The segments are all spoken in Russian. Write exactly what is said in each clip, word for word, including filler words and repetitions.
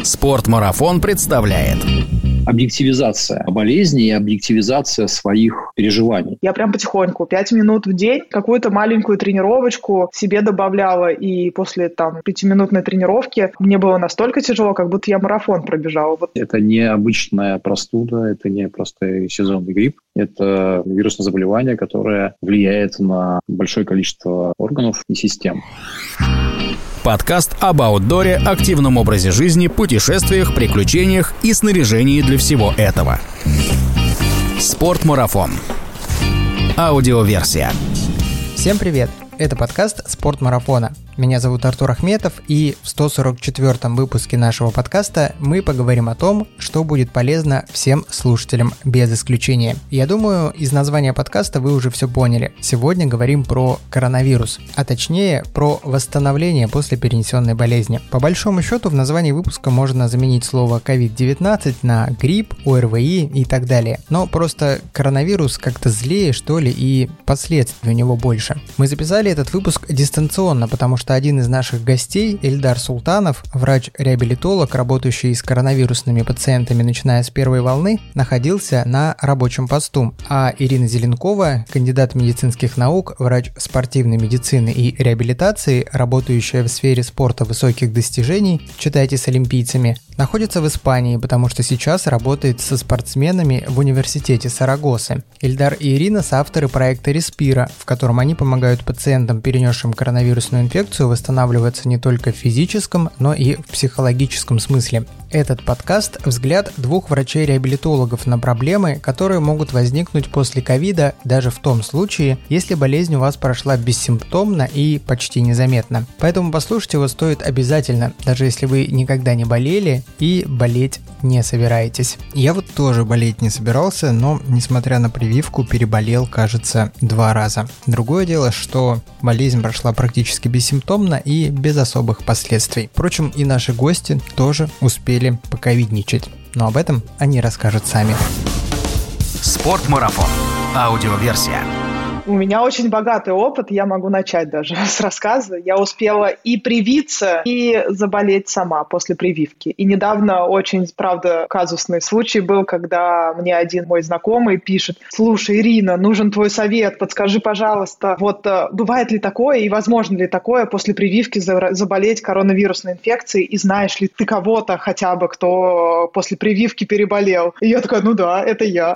Спортмарафон представляет объективизация болезни и объективизация своих переживаний. Я прям потихоньку, пять минут в день, какую-то маленькую тренировочку себе добавляла, и после там пятиминутной тренировки мне было настолько тяжело, как будто я марафон пробежала. Вот. Это не обычная простуда, это не просто сезонный грипп, это вирусное заболевание, которое влияет на большое количество органов и систем. Подкаст об аутдоре, активном образе жизни, путешествиях, приключениях и снаряжении для всего этого. Спортмарафон. Аудиоверсия. Всем привет! Это подкаст «Спортмарафона». Меня зовут Артур Ахметов, и в сто сорок четвёртом выпуске нашего подкаста мы поговорим о том, что будет полезно всем слушателям без исключения. Я думаю, из названия подкаста вы уже все поняли. Сегодня говорим про коронавирус, а точнее про восстановление после перенесенной болезни. По большому счету в названии выпуска можно заменить слово ковид девятнадцать на грипп, ОРВИ и так далее. Но просто коронавирус как-то злее, что ли, и последствий у него больше. Мы записали этот выпуск дистанционно, потому что что один из наших гостей, Эльдар Султанов, врач-реабилитолог, работающий с коронавирусными пациентами, начиная с первой волны, находился на рабочем посту, а Ирина Зеленкова, кандидат медицинских наук, врач спортивной медицины и реабилитации, работающая в сфере спорта высоких достижений, читайте с олимпийцами, находится в Испании, потому что сейчас работает со спортсменами в университете Сарагосы. Эльдар и Ирина – соавторы проекта «Респира», в котором они помогают пациентам, перенесшим коронавирусную инфекцию, восстанавливаться не только в физическом, но и в психологическом смысле. Этот подкаст – взгляд двух врачей-реабилитологов на проблемы, которые могут возникнуть после ковида даже в том случае, если болезнь у вас прошла бессимптомно и почти незаметно. Поэтому послушать его стоит обязательно, даже если вы никогда не болели и болеть не собираетесь. Я вот тоже болеть не собирался, но, несмотря на прививку, переболел, кажется, два раза. Другое дело, что болезнь прошла практически бессимптомно и без особых последствий. Впрочем, и наши гости тоже успели поковидничать. Но об этом они расскажут сами. Спортмарафон. Аудиоверсия. У меня очень богатый опыт, я могу начать даже с рассказа. Я успела и привиться, и заболеть сама после прививки. И недавно очень, правда, казусный случай был, когда мне один мой знакомый пишет: «Слушай, Ирина, нужен твой совет, подскажи, пожалуйста, вот бывает ли такое и возможно ли такое после прививки заболеть коронавирусной инфекцией, и знаешь ли ты кого-то хотя бы, кто после прививки переболел?» И я такая: ну да, это я.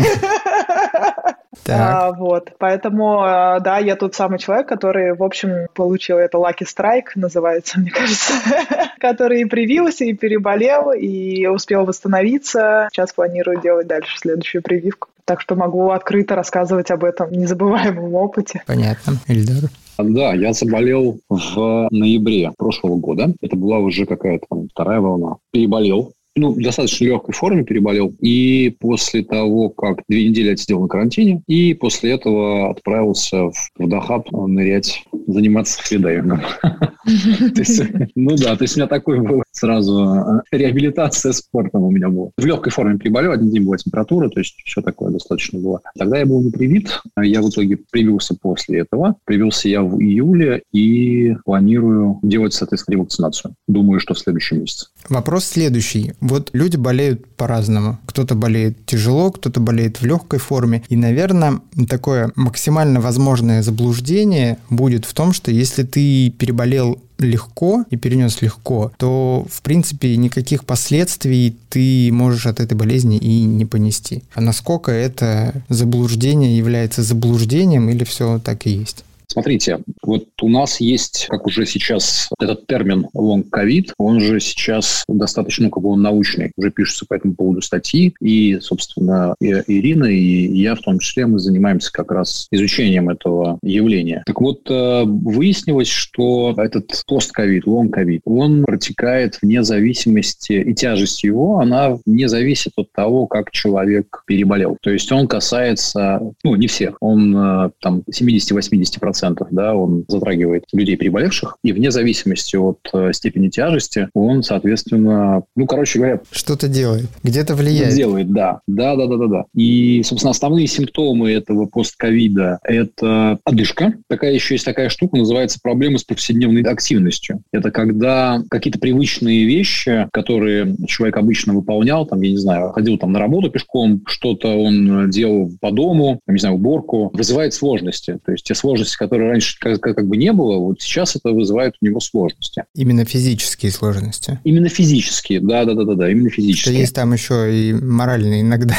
А, вот, поэтому, да, я тот самый человек, который, в общем, получил это Lucky Strike, называется, мне кажется, который и привился, и переболел, и успел восстановиться. Сейчас планирую делать дальше следующую прививку. Так что могу открыто рассказывать об этом незабываемом опыте. Понятно. Эльдар? Да, я заболел в ноябре прошлого года. Это была уже какая-то там вторая волна. Переболел. Ну, в достаточно легкой форме переболел. И после того, как две недели отсидел на карантине, и после этого отправился в Дахаб нырять, заниматься фридайвингом. Ну да, то есть у меня такой был сразу реабилитация спортом у меня была. В легкой форме переболел, один день была температура, то есть все такое достаточно было. Тогда я был не привит, я в итоге привился после этого. Привился я в июле и планирую делать, соответственно, ревакцинацию. Думаю, что в следующем месяце. Вопрос следующий. Вот люди болеют по-разному. Кто-то болеет тяжело, кто-то болеет в легкой форме. И, наверное, такое максимально возможное заблуждение будет в том, что если ты переболел легко и перенес легко, то, в принципе, никаких последствий ты можешь от этой болезни и не понести. А насколько это заблуждение является заблуждением или все так и есть? Смотрите, вот у нас есть, как уже сейчас, этот термин long-ковид, он же сейчас достаточно, ну, как бы он научный, уже пишутся по этому поводу статьи, и, собственно, и Ирина, и я в том числе, мы занимаемся как раз изучением этого явления. Так вот, выяснилось, что этот пост-ковид, long-ковид, он протекает вне зависимости, и тяжесть его, она не зависит от того, как человек переболел. То есть он касается, ну, не всех, он там семьдесят-восемьдесят процентов процентов, да, он затрагивает людей, переболевших, и вне зависимости от э, степени тяжести он, соответственно, ну, короче говоря... Что-то делает, где-то влияет. Делает, да. Да, да, да, да, да. И, собственно, основные симптомы этого постковида – это одышка. Такая еще есть такая штука, называется проблема с повседневной активностью. Это когда какие-то привычные вещи, которые человек обычно выполнял, там, я не знаю, ходил там на работу пешком, что-то он делал по дому, там, не знаю, уборку, вызывает сложности. То есть те сложности, которые раньше как, как бы не было, вот сейчас это вызывает у него сложности. Именно физические сложности? Именно физические, да-да-да-да, именно физические. Что есть там еще и моральные иногда.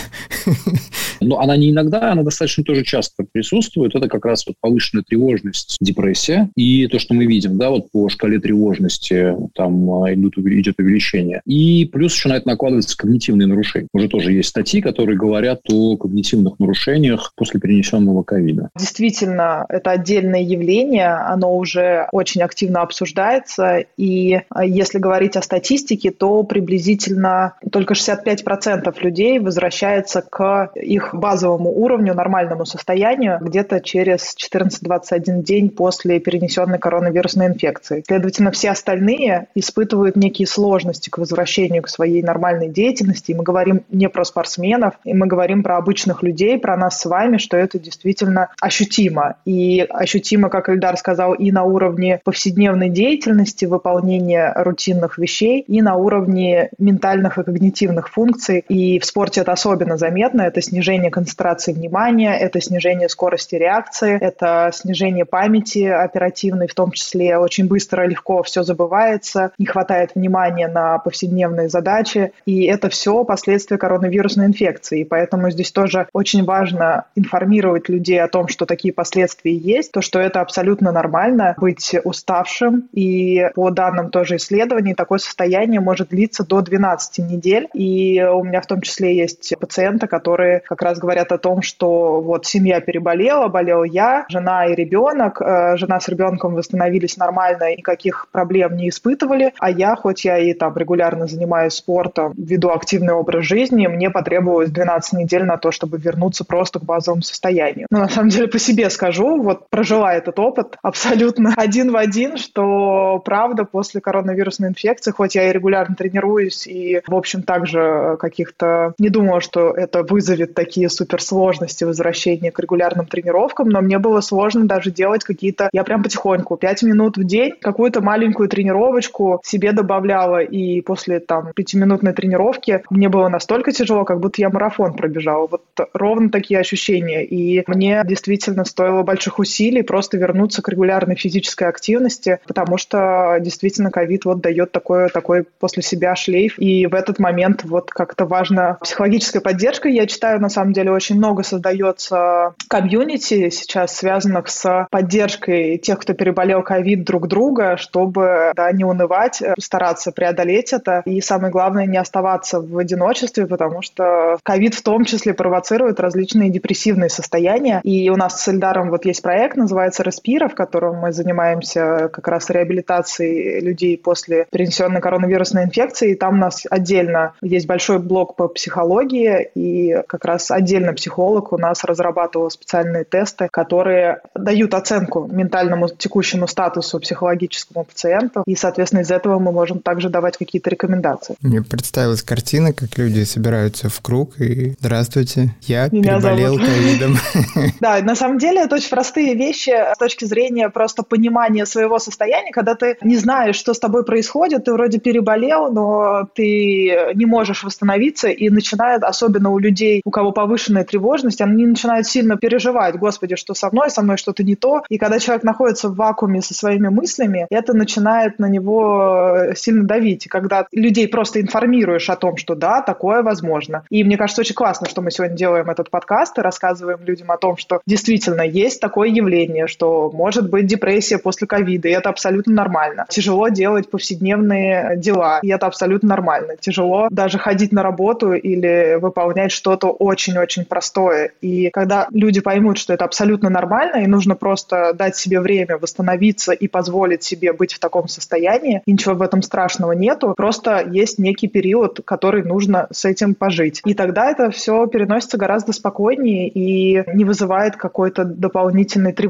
Но она не иногда, она достаточно тоже часто присутствует. Это как раз вот повышенная тревожность, депрессия. И то, что мы видим, да, вот по шкале тревожности там идут, идет увеличение. И плюс еще на это накладываются когнитивные нарушения. Уже тоже есть статьи, которые говорят о когнитивных нарушениях после перенесенного ковида. Действительно, это отдельное явление, оно уже очень активно обсуждается. И если говорить о статистике, то приблизительно только шестьдесят пять процентов людей возвращается к их базовому уровню, нормальному состоянию, где-то через четырнадцать-двадцать один день после перенесенной коронавирусной инфекции. Следовательно, все остальные испытывают некие сложности к возвращению к своей нормальной деятельности. И мы говорим не про спортсменов, и мы говорим про обычных людей, про нас с вами, что это действительно ощутимо. И ощутимо, как Ильдар сказал, и на уровне повседневной деятельности, выполнения рутинных вещей, и на уровне ментальных и когнитивных функций. И в спорте это особенно заметно. Это снижение концентрации внимания, это снижение скорости реакции, это снижение памяти оперативной, в том числе очень быстро, легко все забывается, не хватает внимания на повседневные задачи. И это все последствия коронавирусной инфекции. И поэтому здесь тоже очень важно информировать людей о том, что такие последствия есть, то, что это абсолютно нормально быть уставшим. И по данным тоже исследований, такое состояние может длиться до двенадцати недель. И у меня в том числе есть пациенты, которые как раз говорят о том, что вот семья переболела, болел я, жена и ребенок. Жена с ребенком восстановились нормально, никаких проблем не испытывали. А я, хоть я и там регулярно занимаюсь спортом, веду активный образ жизни, мне потребовалось двенадцать недель на то, чтобы вернуться просто к базовому состоянию. Но на самом деле по себе скажу, вот прожила этот опыт абсолютно один в один, что правда после коронавирусной инфекции, хоть я и регулярно тренируюсь и, в общем, также каких-то не думала, что это вызовет такие суперсложности возвращения к регулярным тренировкам, но мне было сложно даже делать какие-то, я прям потихоньку, пять минут в день, какую-то маленькую тренировочку себе добавляла, и после там пятиминутной тренировки мне было настолько тяжело, как будто я марафон пробежала. Вот ровно такие ощущения. И мне действительно стоило больших усилий просто вернуться к регулярной физической активности, потому что действительно ковид вот дает такой, такой после себя шлейф. И в этот момент вот как-то важна психологическая поддержка. Я читаю, на самом деле, очень много создается комьюнити сейчас, связанных с поддержкой тех, кто переболел ковид, друг друга, чтобы, да, не унывать, стараться преодолеть это. И самое главное, не оставаться в одиночестве, потому что ковид в том числе провоцирует различные депрессивные состояния. И у нас с Ильдаром вот есть проект, называется «Респира», в котором мы занимаемся как раз реабилитацией людей после перенесенной коронавирусной инфекции. И там у нас отдельно есть большой блок по психологии, и как раз отдельно психолог у нас разрабатывал специальные тесты, которые дают оценку ментальному текущему статусу психологическому пациенту, и, соответственно, из этого мы можем также давать какие-то рекомендации. Мне представилась картина, как люди собираются в круг и «Здравствуйте, я Меня переболел ковидом». Да, на самом деле это очень простые вещи с точки зрения просто понимания своего состояния, когда ты не знаешь, что с тобой происходит, ты вроде переболел, но ты не можешь восстановиться, и начинает, особенно у людей, у кого повышенная тревожность, они начинают сильно переживать: «Господи, что со мной? Со мной что-то не то». И когда человек находится в вакууме со своими мыслями, это начинает на него сильно давить. И когда людей просто информируешь о том, что да, такое возможно. И мне кажется, очень классно, что мы сегодня делаем этот подкаст и рассказываем людям о том, что действительно есть такое явление, что может быть депрессия после ковида, и это абсолютно нормально. Тяжело делать повседневные дела, и это абсолютно нормально. Тяжело даже ходить на работу или выполнять что-то очень-очень простое. И когда люди поймут, что это абсолютно нормально, и нужно просто дать себе время восстановиться и позволить себе быть в таком состоянии, и ничего в этом страшного нету, просто есть некий период, который нужно с этим пожить. И тогда это все переносится гораздо спокойнее и не вызывает какой-то дополнительной тревоги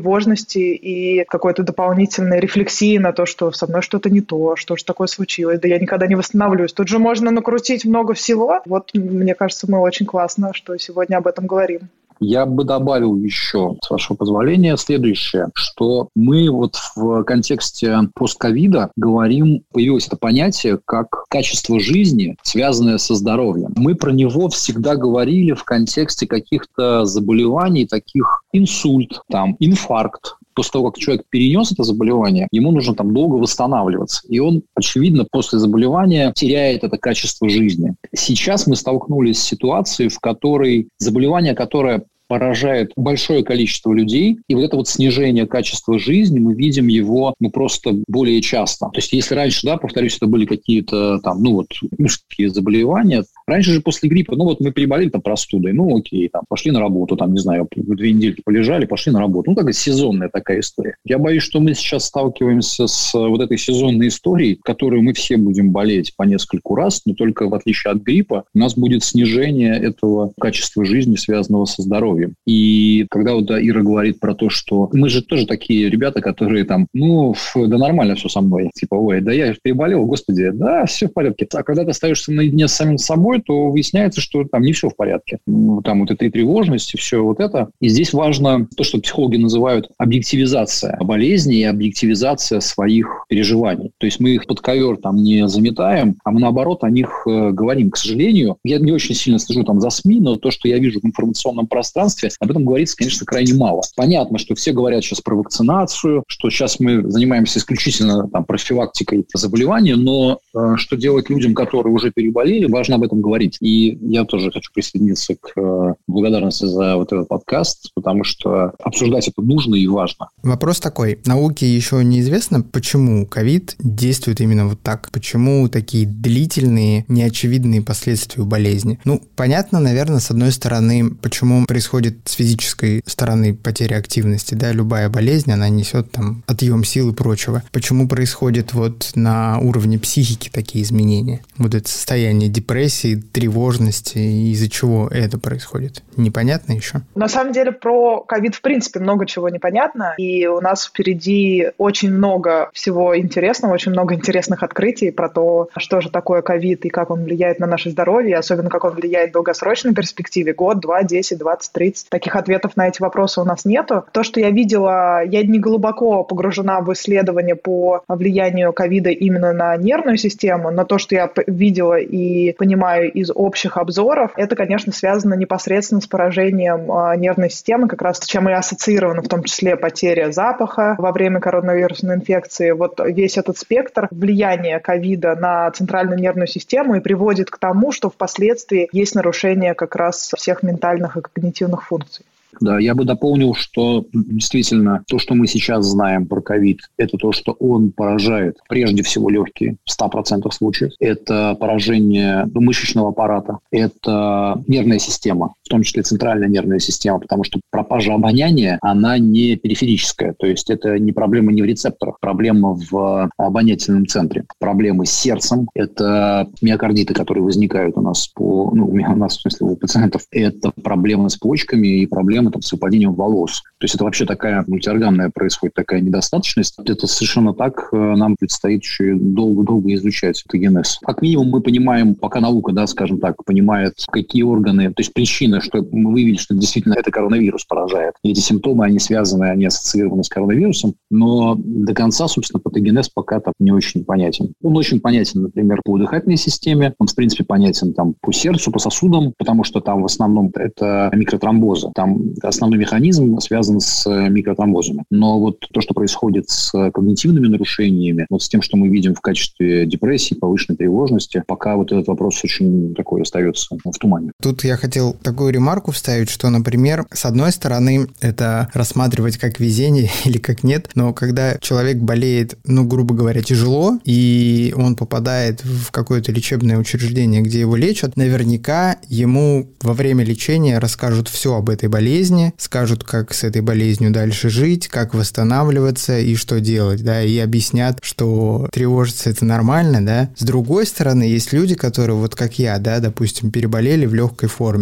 тревожности и какой-то дополнительной рефлексии на то, что со мной что-то не то, что же такое случилось, да я никогда не восстановлюсь. Тут же можно накрутить много всего. Вот, мне кажется, мы очень классно, что сегодня об этом говорим. Я бы добавил еще, с вашего позволения, следующее, что мы вот в контексте постковида говорим, появилось это понятие как качество жизни, связанное со здоровьем. Мы про него всегда говорили в контексте каких-то заболеваний, таких инсульт, там, инфаркт. После того, как человек перенес это заболевание, ему нужно там долго восстанавливаться. И он, очевидно, после заболевания теряет это качество жизни. Сейчас мы столкнулись с ситуацией, в которой заболевание, которое поражает большое количество людей, и вот это вот снижение качества жизни, мы видим его ну, просто более часто. То есть если раньше, да, повторюсь, это были какие-то там, ну вот, узкие заболевания, раньше же после гриппа, ну вот мы переболели там простудой, ну окей, там пошли на работу, там, не знаю, две недельки полежали, пошли на работу. Ну, такая сезонная такая история. Я боюсь, что мы сейчас сталкиваемся с вот этой сезонной историей, в которую мы все будем болеть по нескольку раз, но только в отличие от гриппа, у нас будет снижение этого качества жизни, связанного со здоровьем. И когда вот да, Ира говорит про то, что мы же тоже такие ребята, которые там, ну, да нормально все со мной. Типа, ой, да я переболел, господи, да, все в порядке. А когда ты остаешься наедине с самим собой, то выясняется, что там не все в порядке. Там вот эта тревожность и все вот это. И здесь важно то, что психологи называют объективизация болезни и объективизация своих переживаний. То есть мы их под ковер там не заметаем, а мы наоборот о них э, говорим. К сожалению, я не очень сильно слежу там за СМИ, но то, что я вижу в информационном пространстве, об этом говорится, конечно, крайне мало. Понятно, что все говорят сейчас про вакцинацию, что сейчас мы занимаемся исключительно там, профилактикой заболевания, но э, что делать людям, которые уже переболели, важно об этом говорить. И я тоже хочу присоединиться к э, благодарности за вот этот подкаст, потому что обсуждать это нужно и важно. Вопрос такой. Науке еще неизвестно, почему ковид действует именно вот так. Почему такие длительные, неочевидные последствия у болезни. Ну, понятно, наверное, с одной стороны, почему происходит с физической стороны потери активности, да, любая болезнь, она несет там отъем сил и прочего. Почему происходит вот на уровне психики такие изменения? Вот это состояние депрессии, тревожности, из-за чего это происходит? Непонятно еще? На самом деле про ковид в принципе много чего непонятно, и у нас впереди очень много всего интересного, очень много интересных открытий про то, что же такое ковид и как он влияет на наше здоровье, особенно как он влияет в долгосрочной перспективе, год, два, десять, двадцать, тридцать. Таких ответов на эти вопросы у нас нету. То, что я видела, я не глубоко погружена в исследования по влиянию ковида именно на нервную систему, но то, что я видела и понимаю из общих обзоров, это, конечно, связано непосредственно с поражением нервной системы, как раз с чем и ассоциирована в том числе потеря запаха во время коронавирусной инфекции. Вот весь этот спектр влияния ковида на центральную нервную систему и приводит к тому, что впоследствии есть нарушение как раз всех ментальных и когнитивных функций. Да, я бы дополнил, что действительно то, что мы сейчас знаем про ковид, это то, что он поражает прежде всего легкие в ста процентах случаев. Это поражение мышечного аппарата, это нервная система, в том числе центральная нервная система, потому что пропажа обоняния, она не периферическая, то есть это не проблема не в рецепторах, проблема в обонятельном центре. Проблемы с сердцем, это миокардиты, которые возникают у нас, по, ну, у нас, в смысле, у пациентов, это проблемы с почками и проблемы там, с выпадением волос. То есть это вообще такая мультиорганная происходит такая недостаточность. Это совершенно так нам предстоит еще долго-долго изучать патогенез. Как минимум мы понимаем, пока наука, да, скажем так, понимает, какие органы, то есть причины, что мы выявили, что действительно это коронавирус поражает. И эти симптомы, они связаны, они ассоциированы с коронавирусом, но до конца, собственно, патогенез пока так не очень понятен. Он очень понятен, например, по дыхательной системе, он, в принципе, понятен там по сердцу, по сосудам, потому что там в основном это микротромбозы. Там основной механизм связан с микротромбозами. Но вот то, что происходит с когнитивными нарушениями, вот с тем, что мы видим в качестве депрессии, повышенной тревожности, пока вот этот вопрос очень такой остается в тумане. Тут я хотел такую ремарку вставить, что, например, с одной стороны, это рассматривать как везение или как нет, но когда человек болеет, ну, грубо говоря, тяжело, и он попадает в какое-то лечебное учреждение, где его лечат, наверняка ему во время лечения расскажут все об этой болезни, скажут, как с этой болезнью дальше жить, как восстанавливаться и что делать, да, и объяснят, что тревожиться это нормально, да. С другой стороны, есть люди, которые, вот как я, да, допустим, переболели в легкой форме, например,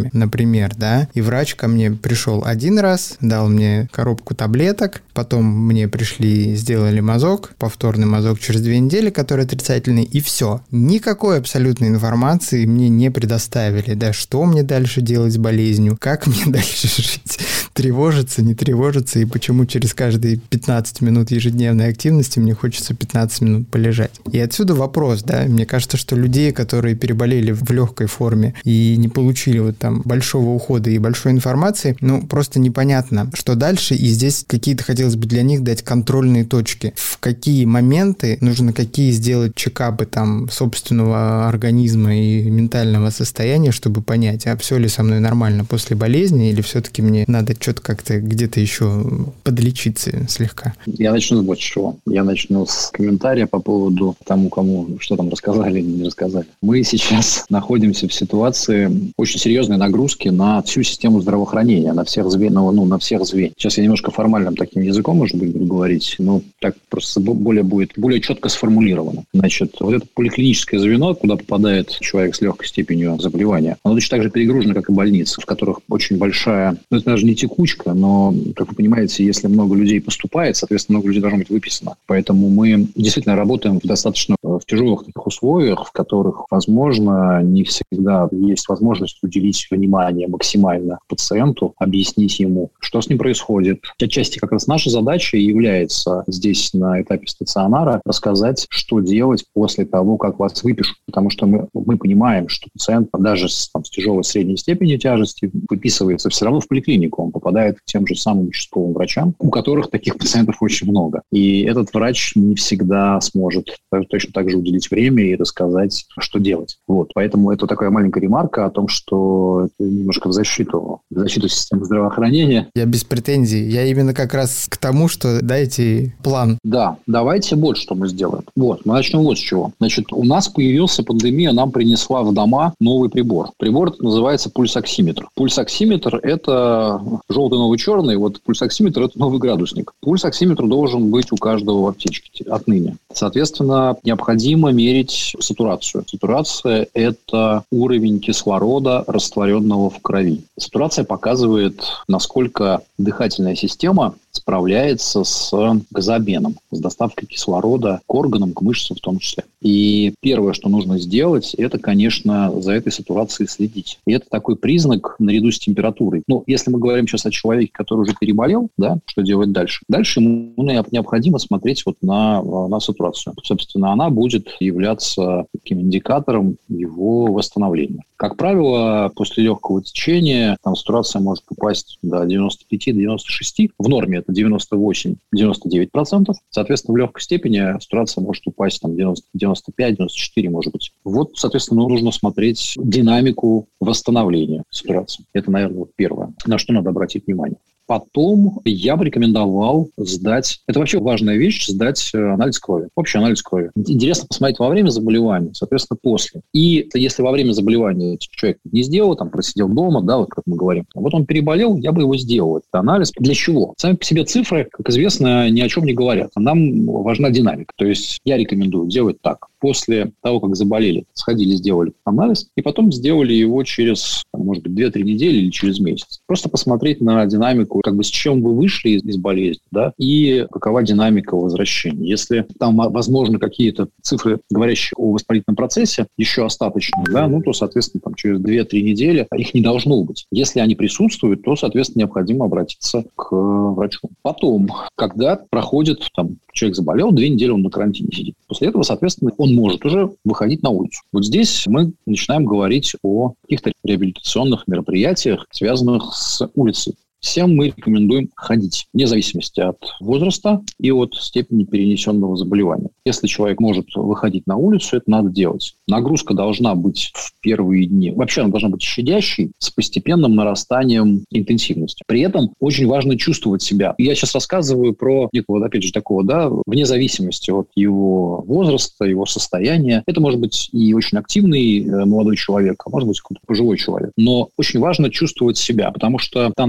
пример, да, и врач ко мне пришел один раз, дал мне коробку таблеток, потом мне пришли, сделали мазок, повторный мазок через две недели, который отрицательный, и все. Никакой абсолютной информации мне не предоставили, да, что мне дальше делать с болезнью, как мне дальше жить, тревожиться, не тревожиться, и почему через каждые пятнадцать минут ежедневной активности мне хочется пятнадцать минут полежать. И отсюда вопрос, да, мне кажется, что людей, которые переболели в легкой форме и не получили вот там большого ухода и большой информации, ну, просто непонятно, что дальше, и здесь какие-то, хотелось бы для них дать контрольные точки. В какие моменты нужно какие сделать чекапы там собственного организма и ментального состояния, чтобы понять, а все ли со мной нормально после болезни, или все-таки мне надо что-то как-то где-то еще подлечиться слегка. Я начну с вот чего. Я начну с комментария по поводу тому, кому что там рассказали или не рассказали. Мы сейчас находимся в ситуации очень серьезной нагрузки на всю систему здравоохранения, на всех звеньях, ну, на всех звеньях. Сейчас я немножко формальным таким языком, может быть, буду говорить, но так просто более будет, более четко сформулировано. Значит, вот это поликлиническое звено, куда попадает человек с легкой степенью заболевания, оно точно так же перегружено, как и больницы, в которых очень большая, ну, это даже не текучка, но, как вы понимаете, если много людей поступает, соответственно, много людей должно быть выписано. Поэтому мы действительно работаем в достаточно в тяжелых таких условиях, в которых, возможно, не всегда есть возможность уделить внимание максимально пациенту, объяснить ему, что с ним происходит. Отчасти как раз наша задача является здесь на этапе стационара рассказать, что делать после того, как вас выпишут. Потому что мы, мы понимаем, что пациент даже с, там, с тяжелой средней степенью тяжести выписывается все равно в поликлинику. Он попадает к тем же самым участковым врачам, у которых таких пациентов очень много. И этот врач не всегда сможет точно так же уделить время и рассказать, что делать. Вот. Поэтому это такая маленькая ремарка о том, что это немножко в защиту, в защиту системы здравоохранения. Я без претензий. Я именно как раз к тому, что дайте план. Да, давайте вот что мы сделаем. Вот, мы начнем вот с чего. Значит, у нас появился пандемия, нам принесла в дома новый прибор. Прибор называется пульсоксиметр. Пульсоксиметр – это желтый, новый, черный. Вот пульсоксиметр – это новый градусник. Пульсоксиметр должен быть у каждого в аптечке отныне. Соответственно, необходимо мерить сатурацию. Сатурация – это уровень кислорода, растворенного в крови. Сатурация показывает, насколько дыхательная система справляется с газообменом, с доставкой кислорода к органам, к мышцам в том числе. И первое, что нужно сделать, это, конечно, за этой сатурацией следить. И это такой признак наряду с температурой. Ну, если мы говорим сейчас о человеке, который уже переболел, да, что делать дальше? Дальше ему необходимо смотреть вот на, на сатурацию. Собственно, она будет являться таким индикатором его восстановления. Как правило, после легкого течения там сатурация может упасть до девяносто пять - девяносто шесть. В норме это девяносто восемь - девяносто девять процентов. Соответственно, в легкой степени сатурация может упасть там девяносто - девяносто пять - девяносто четыре, может быть. Вот, соответственно, нужно смотреть динамику восстановления сатурации. Это, наверное, вот первое, на что надо обратить внимание. Потом я бы рекомендовал сдать, это вообще важная вещь, сдать анализ крови, общий анализ крови. Интересно посмотреть во время заболевания, соответственно, после. И если во время заболевания человек не сделал, там, просидел дома, да, вот как мы говорим, вот он переболел, я бы его сделал, этот анализ. Для чего? Сами по себе цифры, как известно, ни о чем не говорят. Нам важна динамика. То есть я рекомендую делать так. После того, как заболели, сходили, сделали анализ, и потом сделали его через, может быть, две-три недели или через месяц. Просто посмотреть на динамику, как бы с чем вы вышли из, из болезни, да, и какова динамика возвращения. Если там, возможно, какие-то цифры, говорящие о воспалительном процессе, еще остаточные, да, ну, то, соответственно, там, через две-три недели их не должно быть. Если они присутствуют, то, соответственно, необходимо обратиться к врачу. Потом, когда проходит, там, человек заболел, две недели он на карантине сидит. После этого, соответственно, он может уже выходить на улицу. Вот здесь мы начинаем говорить о каких-то реабилитационных мероприятиях, связанных с улицей. Всем мы рекомендуем ходить, вне зависимости от возраста и от степени перенесенного заболевания. Если человек может выходить на улицу, это надо делать. Нагрузка должна быть в первые дни. Вообще она должна быть щадящей, с постепенным нарастанием интенсивности. При этом очень важно чувствовать себя. Я сейчас рассказываю про некого, опять же, такого, да, вне зависимости от его возраста, его состояния. Это может быть и очень активный молодой человек, а может быть какой-то пожилой человек. Но очень важно чувствовать себя, потому что та нагрузка,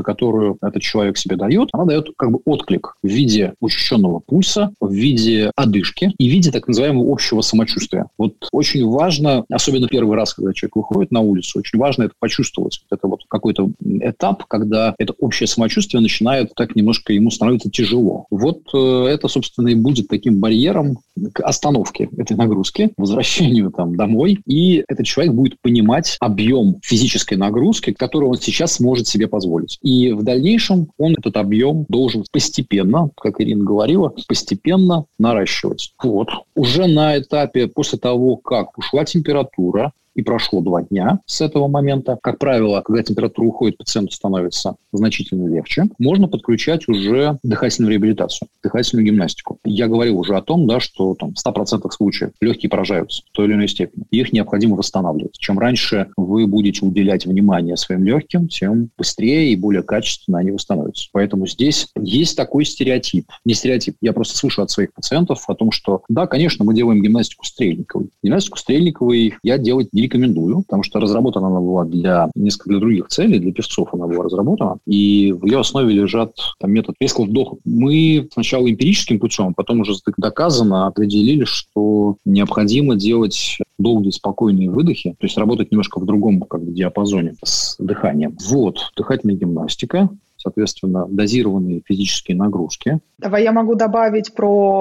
которую этот человек себе дает, она дает как бы отклик в виде учащенного пульса, в виде одышки и в виде так называемого общего самочувствия. Вот очень важно, особенно первый раз, когда человек выходит на улицу, очень важно это почувствовать. Это вот какой-то этап, когда это общее самочувствие начинает так немножко, ему становится тяжело. Вот э, это, собственно, и будет таким барьером к остановке этой нагрузки, возвращению там домой, и этот человек будет понимать объем физической нагрузки, которую он сейчас сможет себе позволить. И в дальнейшем он этот объем должен постепенно, как Ирина говорила, постепенно наращивать. Вот. Уже на этапе после того, как ушла температура, и прошло два дня с этого момента. Как правило, когда температура уходит, пациенту становится значительно легче. Можно подключать уже дыхательную реабилитацию, дыхательную гимнастику. Я говорил уже о том, да, что там, в ста процентах случаев легкие поражаются в той или иной степени. Их необходимо восстанавливать. Чем раньше вы будете уделять внимание своим легким, тем быстрее и более качественно они восстановятся. Поэтому здесь есть такой стереотип. Не стереотип. Я просто слышу от своих пациентов о том, что да, конечно, мы делаем гимнастику Стрельниковой. Гимнастику Стрельниковой я делать не рекомендую, потому что разработана она была для несколько для других целей, для певцов она была разработана, и в ее основе лежат там, метод резкого вдоха. Мы сначала эмпирическим путем, потом уже доказано определили, что необходимо делать долгие спокойные выдохи, то есть работать немножко в другом как бы, диапазоне с дыханием. Вот, дыхательная гимнастика. Соответственно, дозированные физические нагрузки. Давай я могу добавить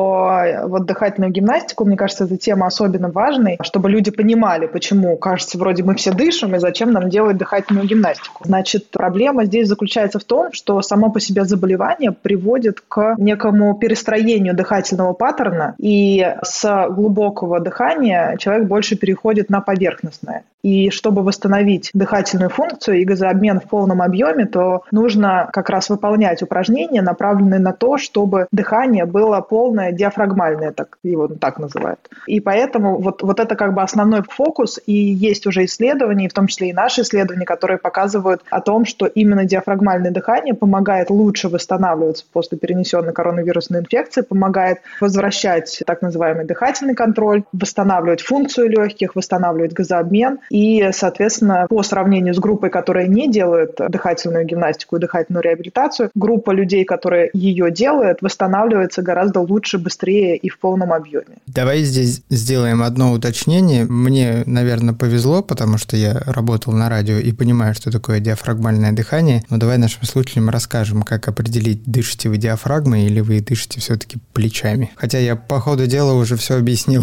про вот дыхательную гимнастику. Мне кажется, эта тема особенно важной, чтобы люди понимали, почему, кажется, вроде мы все дышим, и зачем нам делать дыхательную гимнастику. Значит, проблема здесь заключается в том, что само по себе заболевание приводит к некому перестроению дыхательного паттерна, и с глубокого дыхания человек больше переходит на поверхностное. И чтобы восстановить дыхательную функцию и газообмен в полном объеме, то нужно как раз выполнять упражнения, направленные на то, чтобы дыхание было полное, диафрагмальное, так его так называют. И поэтому вот, вот это как бы основной фокус, и есть уже исследования, в том числе и наши исследования, которые показывают о том, что именно диафрагмальное дыхание помогает лучше восстанавливаться после перенесенной коронавирусной инфекции, помогает возвращать так называемый дыхательный контроль, восстанавливать функцию легких, восстанавливать газообмен. И, соответственно, по сравнению с группой, которая не делает дыхательную гимнастику и дыхательную реабилитацию, группа людей, которые ее делают, восстанавливается гораздо лучше, быстрее и в полном объеме. Давай здесь сделаем одно уточнение. Мне, наверное, повезло, потому что я работал на радио и понимаю, что такое диафрагмальное дыхание. Но давай нашим слушателям расскажем, как определить, дышите вы диафрагмой или вы дышите все-таки плечами. Хотя я по ходу дела уже все объяснил.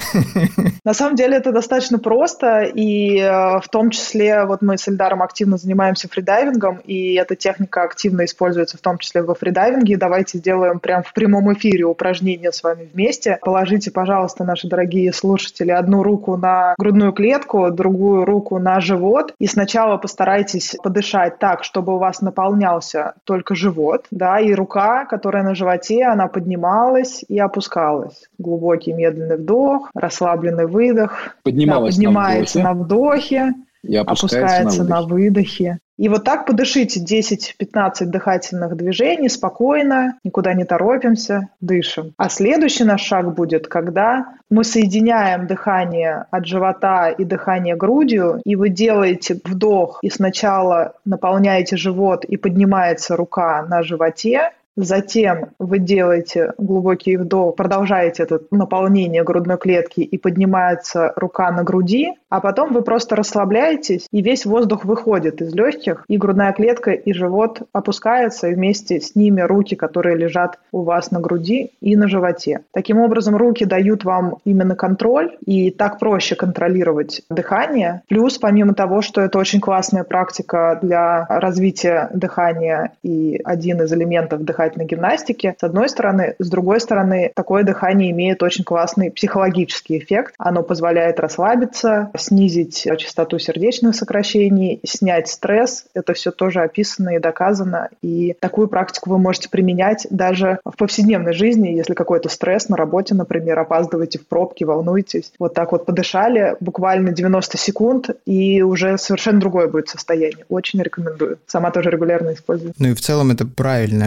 На самом деле это достаточно просто, и в том числе вот мы с Эльдаром активно занимаемся фридайвингом, и эта техника активно используется в том числе во фридайвинге. Давайте сделаем прямо в прямом эфире упражнения с вами вместе. Положите, пожалуйста, наши дорогие слушатели, одну руку на грудную клетку, другую руку на живот, и сначала постарайтесь подышать так, чтобы у вас наполнялся только живот, да, и рука, которая на животе, она поднималась и опускалась. Глубокий медленный вдох, расслабленный выдох. Поднималась да, поднимается на вдохе. На вдохе, и опускается, опускается на, на выдохе. И вот так подышите десять-пятнадцать дыхательных движений, спокойно, никуда не торопимся, дышим. А следующий наш шаг будет, когда мы соединяем дыхание от живота и дыхание грудью, и вы делаете вдох, и сначала наполняете живот, и поднимается рука на животе. Затем вы делаете глубокий вдох, продолжаете это наполнение грудной клетки и поднимается рука на груди, а потом вы просто расслабляетесь, и весь воздух выходит из легких, и грудная клетка и живот опускаются, и вместе с ними руки, которые лежат у вас на груди и на животе. Таким образом, руки дают вам именно контроль, и так проще контролировать дыхание. Плюс, помимо того, что это очень классная практика для развития дыхания и один из элементов дыхания, гимнастики, с одной стороны. С другой стороны, такое дыхание имеет очень классный психологический эффект. Оно позволяет расслабиться, снизить частоту сердечных сокращений, снять стресс. Это все тоже описано и доказано. И такую практику вы можете применять даже в повседневной жизни, если какой-то стресс на работе, например, опаздываете в пробке, волнуетесь. Вот так вот подышали, буквально девяносто секунд, и уже совершенно другое будет состояние. Очень рекомендую. Сама тоже регулярно использую. Ну и в целом это правильно, переходить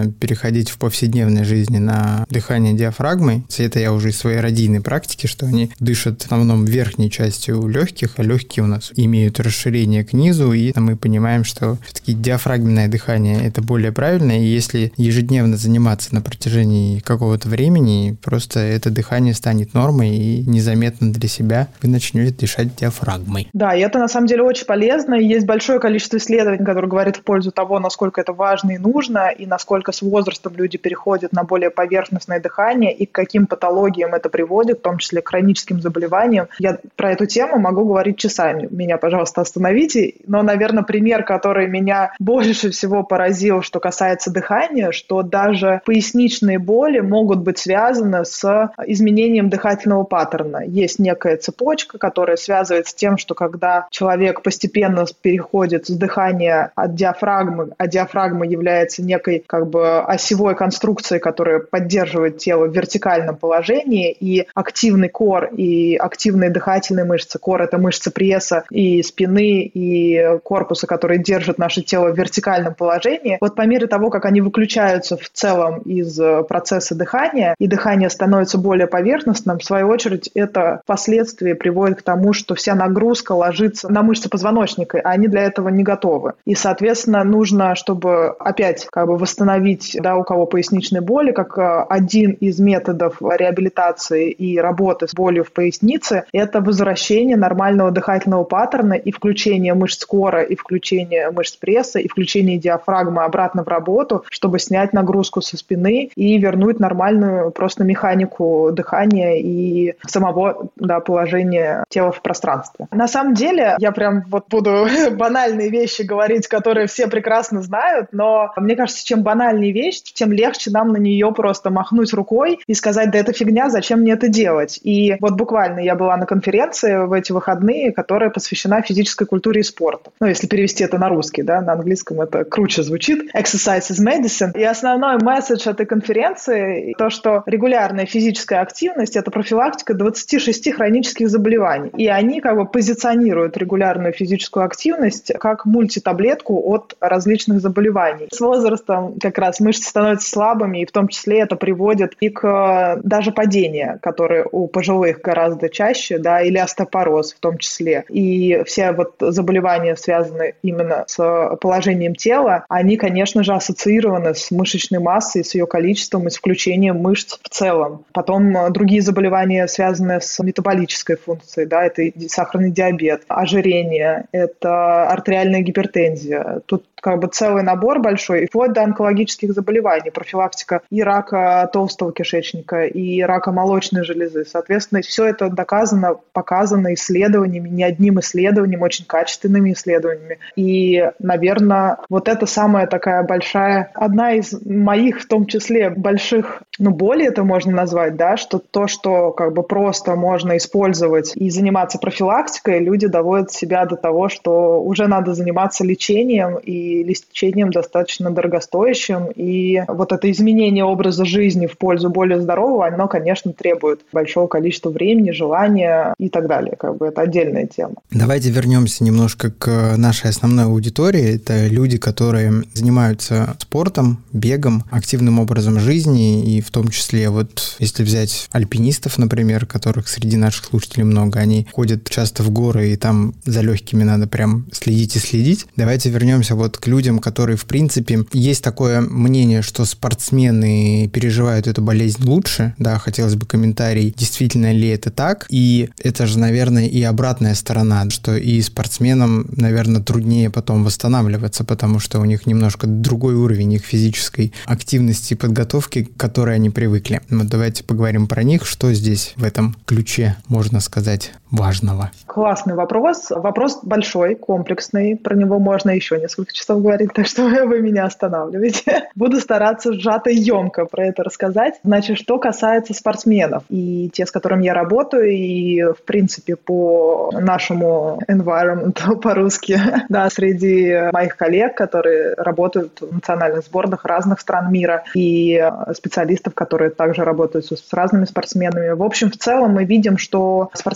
переходить в повседневной жизни на дыхание диафрагмой. Это я уже из своей радийной практики, что они дышат в основном верхней частью легких, а легкие у нас имеют расширение к низу, и мы понимаем, что все-таки диафрагменное дыхание – это более правильно, и если ежедневно заниматься на протяжении какого-то времени, просто это дыхание станет нормой, и незаметно для себя вы начнете дышать диафрагмой. Да, и это на самом деле очень полезно, и есть большое количество исследований, которые говорят в пользу того, насколько это важно и нужно, и насколько с возрастом люди переходят на более поверхностное дыхание, и к каким патологиям это приводит, в том числе к хроническим заболеваниям. Я про эту тему могу говорить часами. Меня, пожалуйста, остановите. Но, наверное, пример, который меня больше всего поразил, что касается дыхания, что даже поясничные боли могут быть связаны с изменением дыхательного паттерна. Есть некая цепочка, которая связывается с тем, что когда человек постепенно переходит с дыхания от диафрагмы, а диафрагма является некой как бы осевой конструкцией, которая поддерживает тело в вертикальном положении, и активный кор, и активные дыхательные мышцы. Кор – это мышцы пресса и спины, и корпуса, которые держат наше тело в вертикальном положении. Вот по мере того, как они выключаются в целом из процесса дыхания, и дыхание становится более поверхностным, в свою очередь это впоследствии приводит к тому, что вся нагрузка ложится на мышцы позвоночника, а они для этого не готовы. И, соответственно, нужно, чтобы опять как бы восстановить, да, у кого поясничные боли, как один из методов реабилитации и работы с болью в пояснице, это возвращение нормального дыхательного паттерна и включение мышц кора, и включение мышц пресса, и включение диафрагмы обратно в работу, чтобы снять нагрузку со спины и вернуть нормальную просто механику дыхания и самого, да, положения тела в пространстве. На самом деле, я прям вот буду банальные вещи говорить, которые все прекрасно знают, но мне кажется, чем банальнее вещь, тем легче нам на нее просто махнуть рукой и сказать: да это фигня, зачем мне это делать? И вот буквально я была на конференции в эти выходные, которая посвящена физической культуре и спорту. Ну, если перевести это на русский, да, на английском это круче звучит. Exercise is medicine. И основной месседж этой конференции то, что регулярная физическая активность – это профилактика двадцати шести хронических заболеваний. И они как бы позиционируют регулярную физическую активность как мультитаблетку от различных заболеваний. С возрастом как раз мышцы становятся слабыми, и в том числе это приводит и к даже падению, которые у пожилых гораздо чаще, да, или остеопороз в том числе. И все вот заболевания, связанные именно с положением тела, они, конечно же, ассоциированы с мышечной массой, с ее количеством и с включением мышц в целом. Потом другие заболевания, связанные с метаболической функцией, да, это сахарный диабет, ожирение, это артериальная гипертензия. Тут как бы целый набор большой, вплоть до онкологических заболеваний, профилактика и рака толстого кишечника, и рака молочной железы. Соответственно, все это доказано, показано исследованиями, не одним исследованием, очень качественными исследованиями. И, наверное, вот это самая такая большая, одна из моих, в том числе, больших, ну, боли это можно назвать, да, что то, что как бы просто можно использовать и заниматься профилактикой, люди доводят себя до того, что уже надо заниматься лечением, и лечением достаточно дорогостоящим, и вот это изменение образа жизни в пользу более здорового, оно, конечно, требует большого количества времени, желания и так далее. Как бы это отдельная тема. Давайте вернемся немножко к нашей основной аудитории. Это люди, которые занимаются спортом, бегом, активным образом жизни, и в том числе, вот если взять альпинистов, например, которых среди наших слушателей много, они ходят часто в горы, и там за легкими надо прям следить и следить. Давайте вернемся вот к людям, которые, в принципе, есть такое мнение, что спортсмены переживают эту болезнь лучше. Да, хотелось бы комментарий, действительно ли это так. И это же, наверное, и обратная сторона, что и спортсменам, наверное, труднее потом восстанавливаться, потому что у них немножко другой уровень их физической активности и подготовки, к которой они привыкли. Вот давайте поговорим про них, что здесь в этом ключе, можно сказать, важного. Классный вопрос. Вопрос большой, комплексный. Про него можно еще несколько часов говорить, так что вы меня останавливаете. Буду стараться сжато и емко про это рассказать. Значит, что касается спортсменов, и те, с которыми я работаю, и, в принципе, по нашему environment, по-русски, да, среди моих коллег, которые работают в национальных сборных разных стран мира, и специалистов, которые также работают с разными спортсменами. В общем, в целом мы видим, что спортсмены высокой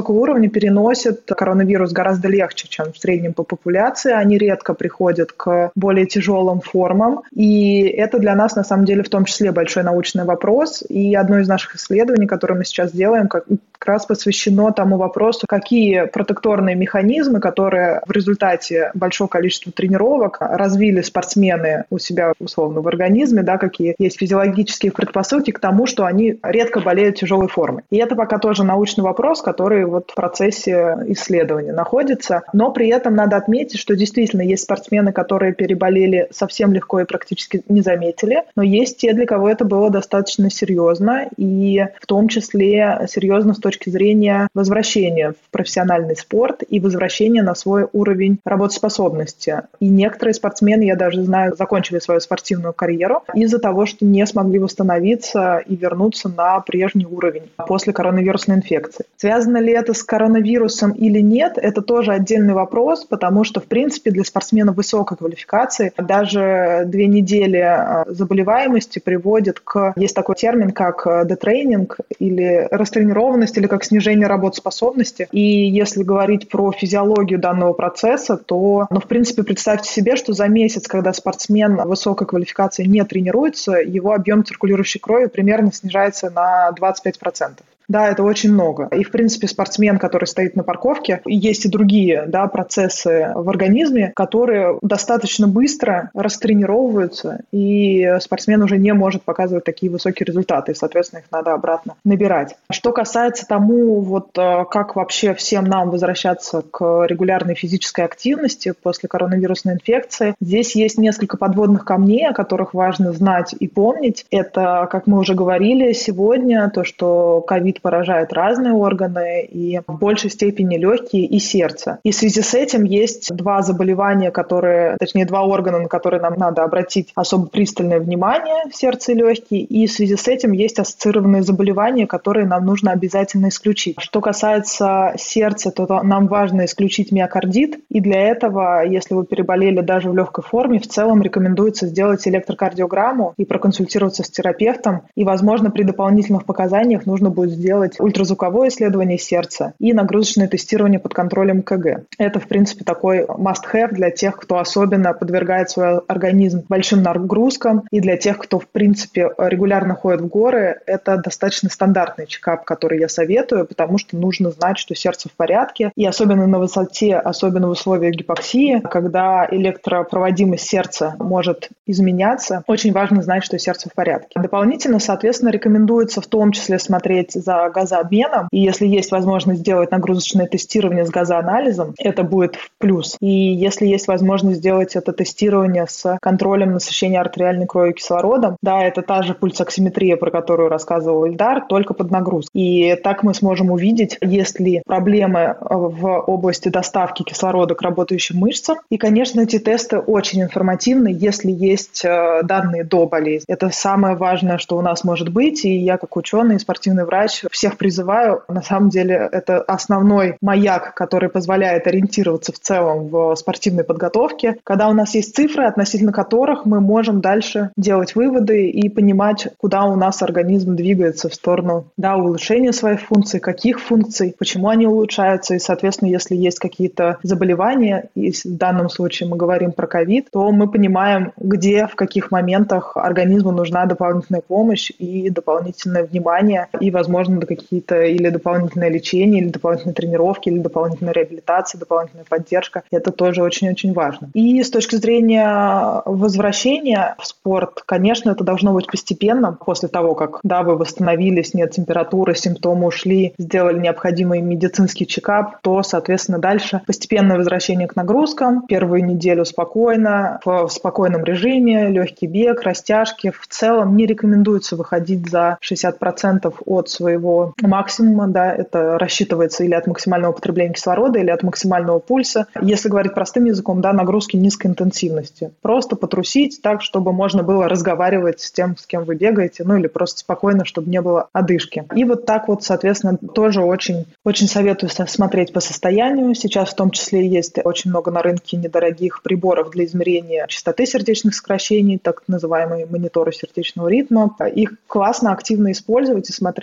высокого уровня переносят коронавирус гораздо легче, чем в среднем по популяции. Они редко приходят к более тяжелым формам. И это для нас, на самом деле, в том числе большой научный вопрос. И одно из наших исследований, которое мы сейчас делаем, как раз посвящено тому вопросу, какие протекторные механизмы, которые в результате большого количества тренировок развили спортсмены у себя, условно, в организме, да, какие есть физиологические предпосылки к тому, что они редко болеют тяжелой формой. И это пока тоже научный вопрос, который вот в процессе исследования находится. Но при этом надо отметить, что действительно есть спортсмены, которые переболели совсем легко и практически не заметили, но есть те, для кого это было достаточно серьезно, и в том числе серьезно с точки зрения возвращения в профессиональный спорт и возвращения на свой уровень работоспособности. И некоторые спортсмены, я даже знаю, закончили свою спортивную карьеру из-за того, что не смогли восстановиться и вернуться на прежний уровень после коронавирусной инфекции. Связано ли это с коронавирусом или нет, это тоже отдельный вопрос, потому что, в принципе, для спортсменов высокой квалификации даже две недели заболеваемости приводят к... Есть такой термин, как детрейнинг или растренированность, или как снижение работоспособности. И если говорить про физиологию данного процесса, то, ну, в принципе, представьте себе, что за месяц, когда спортсмен высокой квалификации не тренируется, его объем циркулирующей крови примерно снижается на двадцать пять процентов. Да, это очень много. И, в принципе, спортсмен, который стоит на парковке, есть и другие, да, процессы в организме, которые достаточно быстро растренировываются, и спортсмен уже не может показывать такие высокие результаты, и, соответственно, их надо обратно набирать. Что касается тому, вот как вообще всем нам возвращаться к регулярной физической активности после коронавирусной инфекции, здесь есть несколько подводных камней, о которых важно знать и помнить. Это, как мы уже говорили сегодня, то, что ковид поражает разные органы, и в большей степени легкие и сердце. И в связи с этим есть два заболевания, которые, точнее, два органа, на которые нам надо обратить особо пристальное внимание, сердце и легкие, и в связи с этим есть ассоциированные заболевания, которые нам нужно обязательно исключить. Что касается сердца, то нам важно исключить миокардит, и для этого, если вы переболели даже в легкой форме, в целом рекомендуется сделать электрокардиограмму и проконсультироваться с терапевтом, и, возможно, при дополнительных показаниях нужно будет сделать ультразвуковое исследование сердца и нагрузочное тестирование под контролем КГ. Это, в принципе, такой must-have для тех, кто особенно подвергает свой организм большим нагрузкам, и для тех, кто, в принципе, регулярно ходит в горы, это достаточно стандартный чекап, который я советую, потому что нужно знать, что сердце в порядке, и особенно на высоте, особенно в условиях гипоксии, когда электропроводимость сердца может изменяться, очень важно знать, что сердце в порядке. Дополнительно, соответственно, рекомендуется в том числе смотреть за газообменом, и если есть возможность сделать нагрузочное тестирование с газоанализом, это будет в плюс. И если есть возможность сделать это тестирование с контролем насыщения артериальной кровью кислородом, да, это та же пульсоксиметрия, про которую рассказывал Ильдар, только под нагрузкой. И так мы сможем увидеть, есть ли проблемы в области доставки кислорода к работающим мышцам. И, конечно, эти тесты очень информативны, если есть данные до болезни. Это самое важное, что у нас может быть, и я как ученый и спортивный врач всех призываю. На самом деле это основной маяк, который позволяет ориентироваться в целом в спортивной подготовке, когда у нас есть цифры, относительно которых мы можем дальше делать выводы и понимать, куда у нас организм двигается в сторону, да, улучшения своих функций, каких функций, почему они улучшаются, и, соответственно, если есть какие-то заболевания, и в данном случае мы говорим про ковид, то мы понимаем, где, в каких моментах организму нужна дополнительная помощь и дополнительное внимание, и, возможно, какие-то или дополнительное лечение, или дополнительные тренировки, или дополнительная реабилитация, дополнительная поддержка. Это тоже очень-очень важно. И с точки зрения возвращения в спорт, конечно, это должно быть постепенно. После того, как, да, вы восстановились, нет температуры, симптомы ушли, сделали необходимый медицинский чекап, то, соответственно, дальше постепенное возвращение к нагрузкам. Первую неделю спокойно, в спокойном режиме, легкий бег, растяжки. В целом не рекомендуется выходить за шестьдесят процентов от своего максимума, да, это рассчитывается или от максимального потребления кислорода, или от максимального пульса. Если говорить простым языком, да, нагрузки низкой интенсивности. Просто потрусить так, чтобы можно было разговаривать с тем, с кем вы бегаете, ну или просто спокойно, чтобы не было одышки. И вот так вот, соответственно, тоже очень, очень советую смотреть по состоянию. Сейчас в том числе есть очень много на рынке недорогих приборов для измерения частоты сердечных сокращений, так называемые мониторы сердечного ритма. Их классно, активно использовать и смотреть в том числе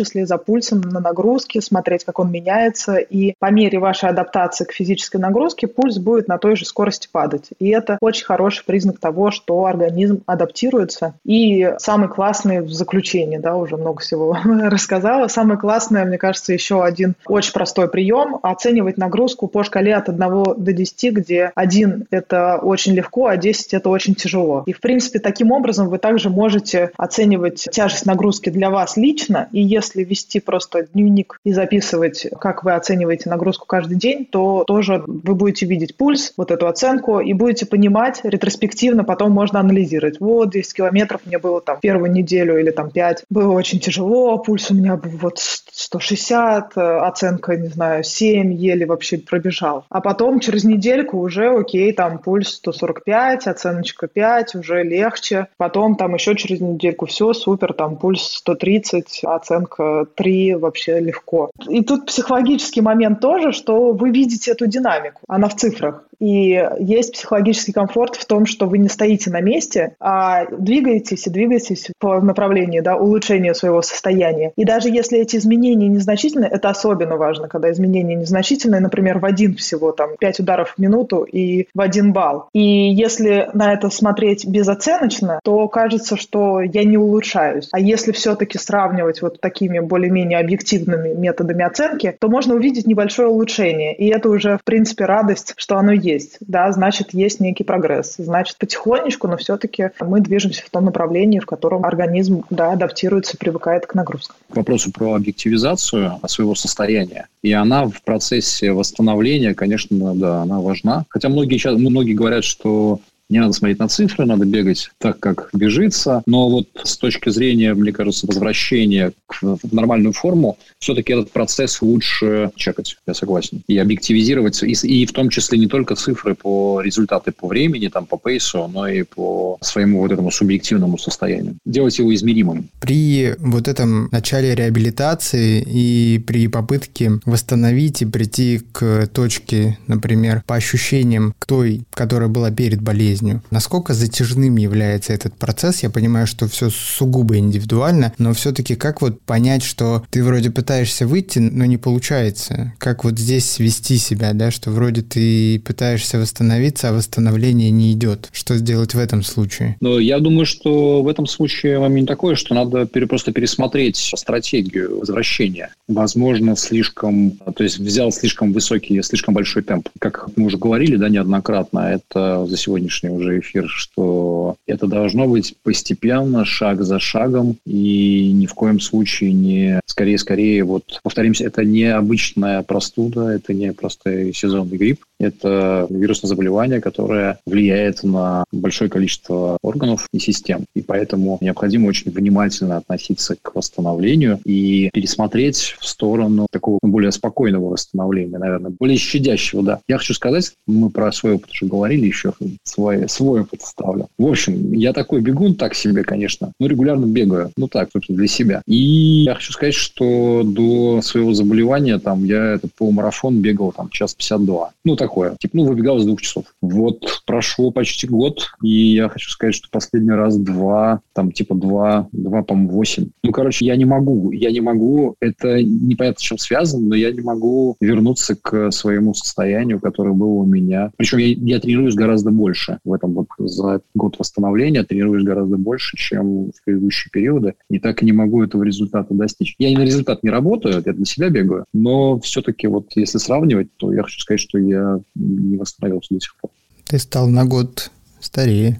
числе за пульсом на нагрузке, смотреть, как он меняется. И по мере вашей адаптации к физической нагрузке пульс будет на той же скорости падать. И это очень хороший признак того, что организм адаптируется. И самый классный в заключении, да, уже много всего рассказала. Самое классное, мне кажется, еще один очень простой прием – оценивать нагрузку по шкале от одного до десяти, где один – это очень легко, а десять – это очень тяжело. И, в принципе, таким образом вы также можете оценивать тяжесть нагрузки для вас лично, и если вести просто дневник и записывать, как вы оцениваете нагрузку каждый день, то тоже вы будете видеть пульс, вот эту оценку, и будете понимать ретроспективно, потом можно анализировать. Вот десять километров мне было там первую неделю или там пять, было очень тяжело, пульс у меня был вот сто шестьдесят, оценка, не знаю, семь, еле вообще пробежал. А потом через недельку уже, окей, там пульс сто сорок пять, оценочка пять, уже легче. Потом там еще через недельку все, супер, там пульс сто тридцать, оценка три, вообще легко. И тут психологический момент тоже, что вы видите эту динамику, она в цифрах. И есть психологический комфорт в том, что вы не стоите на месте, а двигаетесь и двигаетесь по направлению, да, улучшения своего состояния. И даже если эти изменения незначительны, это особенно важно, когда изменения незначительные, например, в один всего там пять ударов в минуту и в один балл. И если на это смотреть безоценочно, то кажется, что я не улучшаюсь. А если все-таки сравнивать вот такими более-менее объективными методами оценки, то можно увидеть небольшое улучшение. И это уже, в принципе, радость, что оно есть. Да, значит, есть некий прогресс. Значит, потихонечку, но все-таки мы движемся в том направлении, в котором организм, да, адаптируется, привыкает к нагрузкам. К вопросу про объективизацию своего состояния. И она в процессе восстановления, конечно, да, она важна. Хотя многие, сейчас, многие говорят, что не надо смотреть на цифры, надо бегать так, как бежится. Но вот с точки зрения, мне кажется, возвращения в нормальную форму, все-таки этот процесс лучше чекать, я согласен. И объективизировать, и, и в том числе не только цифры по результаты по времени, там, по пейсу, но и по своему вот этому субъективному состоянию. Делать его измеримым. При вот этом начале реабилитации и при попытке восстановить и прийти к точке, например, по ощущениям к той, которая была перед болезнью, насколько затяжным является этот процесс? Я понимаю, что все сугубо индивидуально, но все-таки как вот понять, что ты вроде пытаешься выйти, но не получается? Как вот здесь вести себя, да, что вроде ты пытаешься восстановиться, а восстановление не идет? Что сделать в этом случае? Ну, я думаю, что в этом случае момент такой, что надо пере, просто пересмотреть стратегию возвращения. Возможно, слишком, то есть взял слишком высокий, слишком большой темп. Как мы уже говорили, да, неоднократно, это за сегодняшний уже эфир, что это должно быть постепенно, шаг за шагом, и ни в коем случае не скорее-скорее, вот повторимся, это не обычная простуда, это не просто сезонный грипп, это вирусное заболевание, которое влияет на большое количество органов и систем, и поэтому необходимо очень внимательно относиться к восстановлению и пересмотреть в сторону такого более спокойного восстановления, наверное, более щадящего, да. Я хочу сказать, мы про свой опыт уже говорили еще, свой, свой опыт ставлю. В общем, я такой бегун, так себе, конечно, но регулярно бегаю, ну так, для себя. И я хочу сказать, что до своего заболевания там я этот полумарафон бегал там час пятьдесят два. Ну, такое. Типа, ну, выбегал из двух часов. Вот прошло почти год, и я хочу сказать, что последний раз два, там, типа два, два, по-моему, восемь. Ну, короче, я не могу, я не могу, это непонятно с чем связано, но я не могу вернуться к своему состоянию, которое было у меня. Причем я, я тренируюсь гораздо больше в этом вот за год восстановления, тренируюсь гораздо больше, чем в предыдущие периоды, и так и не могу этого результата достичь. Я на результат не работаю, я для себя бегаю, но все-таки вот если сравнивать, то я хочу сказать, что я не восстановился до сих пор. Ты стал на год старее.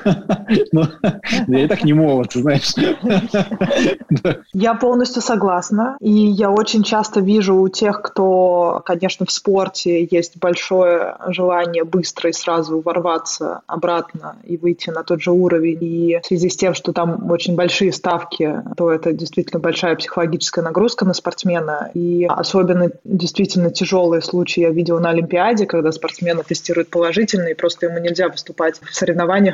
Ну, я и так не молод, знаешь. Я полностью согласна. И я очень часто вижу у тех, кто, конечно, в спорте есть большое желание быстро и сразу ворваться обратно и выйти на тот же уровень. И в связи с тем, что там очень большие ставки, то это действительно большая психологическая нагрузка на спортсмена. И особенно действительно тяжелые случаи я видела на Олимпиаде, когда спортсмена тестируют положительно, и просто ему нельзя выступать в соревнованиях, которым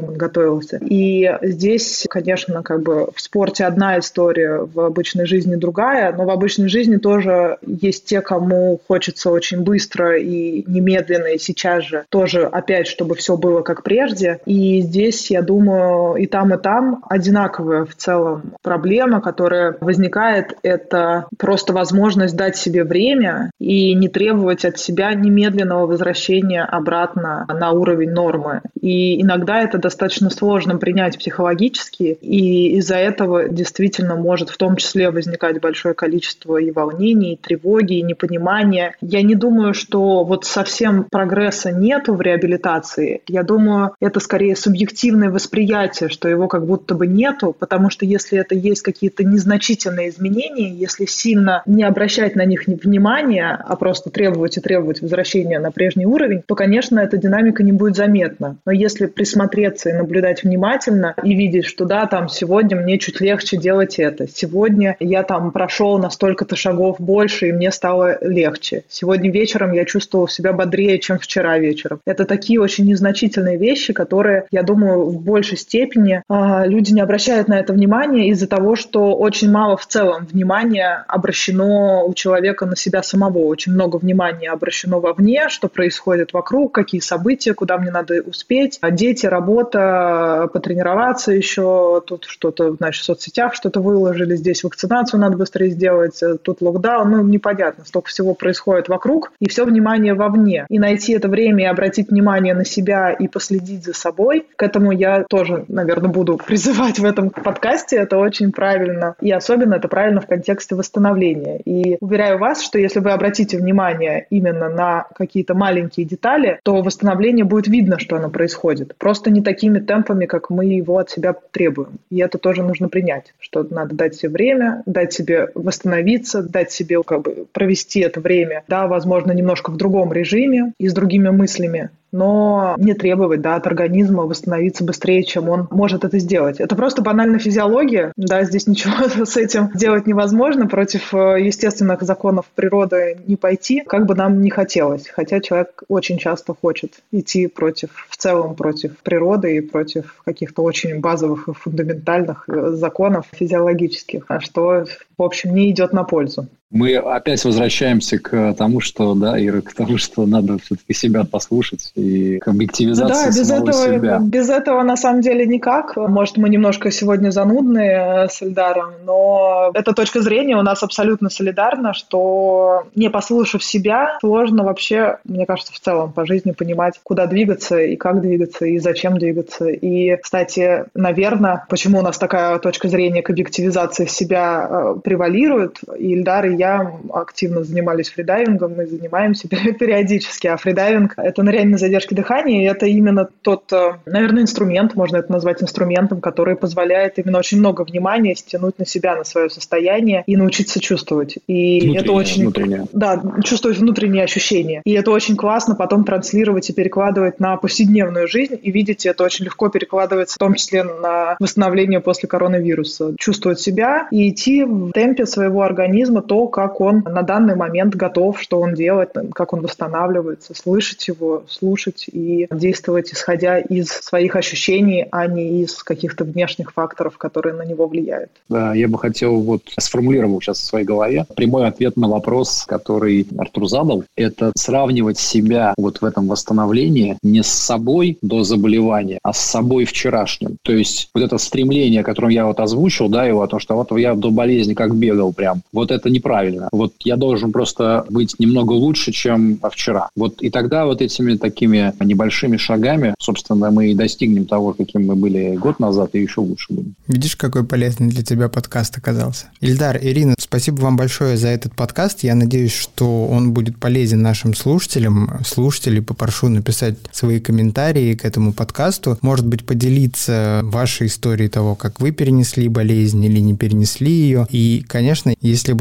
он готовился. И здесь, конечно, как бы в спорте одна история, в обычной жизни другая, но в обычной жизни тоже есть те, кому хочется очень быстро и немедленно, и сейчас же тоже опять, чтобы все было как прежде. И здесь, я думаю, и там, и там одинаковая в целом проблема, которая возникает, это просто возможность дать себе время и не требовать от себя немедленного возвращения обратно на уровень нормы. И иногда это достаточно сложно принять психологически, и из-за этого действительно может в том числе возникать большое количество и волнений, и тревоги, и непонимания. Я не думаю, что вот совсем прогресса нету в реабилитации. Я думаю, это скорее субъективное восприятие, что его как будто бы нету, потому что если это есть какие-то незначительные изменения, если сильно не обращать на них внимания, а просто требовать и требовать возвращения на прежний уровень, то, конечно, эта динамика не будет заметна. Но если присмотреться и наблюдать внимательно и видеть, что да, там сегодня мне чуть легче делать это, сегодня я там прошел на столько-то шагов больше и мне стало легче, сегодня вечером я чувствовал себя бодрее, чем вчера вечером. Это такие очень незначительные вещи, которые, я думаю, в большей степени э, люди не обращают на это внимания из-за того, что очень мало в целом внимания обращено у человека на себя самого. Очень много внимания обращено вовне, что происходит вокруг, какие события, куда мне надо успеть. Дети, работа, потренироваться еще, тут что-то, значит, в соцсетях что-то выложили, здесь вакцинацию надо быстрее сделать, тут локдаун, ну, непонятно, столько всего происходит вокруг, и все внимание вовне. И найти это время и обратить внимание на себя и последить за собой, к этому я тоже, наверное, буду призывать в этом подкасте, это очень правильно. И особенно это правильно в контексте восстановления. И уверяю вас, что если вы обратите внимание именно на какие-то маленькие детали, то восстановление будет видно, что оно происходит. Просто не такими темпами, как мы его от себя требуем. И это тоже нужно принять, что надо дать себе время, дать себе восстановиться, дать себе как бы провести это время, да, возможно, немножко в другом режиме и с другими мыслями, но не требовать, да, от организма восстановиться быстрее, чем он может это сделать. Это просто банальная физиология, да, здесь ничего с этим делать невозможно, против естественных законов природы не пойти, как бы нам ни хотелось, хотя человек очень часто хочет идти против, в целом против природы и против каких-то очень базовых и фундаментальных законов физиологических, что, в общем, не идет на пользу. Мы опять возвращаемся к тому, что, да, Ира, к тому, что надо все-таки себя послушать и к объективизации да, без самого этого, себя. Без этого на самом деле никак. Может, мы немножко сегодня занудные с Ильдаром, но эта точка зрения у нас абсолютно солидарна, что не послушав себя, сложно вообще, мне кажется, в целом по жизни понимать, куда двигаться и как двигаться, и зачем двигаться. И, кстати, наверное, почему у нас такая точка зрения к объективизации себя превалирует, и Ильдар и я активно занимались фридайвингом, мы занимаемся периодически, а фридайвинг — это ныряние на задержке дыхания, и это именно тот, наверное, инструмент, можно это назвать инструментом, который позволяет именно очень много внимания стянуть на себя, на свое состояние и научиться чувствовать. И внутреннее, это очень... Внутреннее. Да, чувствовать внутренние ощущения. И это очень классно потом транслировать и перекладывать на повседневную жизнь, и видите, это очень легко перекладывается, в том числе на восстановление после коронавируса. Чувствовать себя и идти в темпе своего организма, то, как он на данный момент готов, что он делает, как он восстанавливается, слышать его, слушать и действовать, исходя из своих ощущений, а не из каких-то внешних факторов, которые на него влияют. Да, я бы хотел вот сформулировать сейчас в своей голове прямой ответ на вопрос, который Артур задал, это сравнивать себя вот в этом восстановлении не с собой до заболевания, а с собой вчерашним. То есть вот это стремление, которое я вот озвучил, да, его о том, что вот я до болезни как бегал прям, вот это неправильно. Вот я должен просто быть немного лучше, чем вчера. Вот и тогда вот этими такими небольшими шагами, собственно, мы и достигнем того, каким мы были год назад, и еще лучше будем. Видишь, какой полезный для тебя подкаст оказался. Ильдар, Ирина, спасибо вам большое за этот подкаст. Я надеюсь, что он будет полезен нашим слушателям. Слушателей попрошу написать свои комментарии к этому подкасту. Может быть, поделиться вашей историей того, как вы перенесли болезнь или не перенесли ее. И, конечно, если будут какие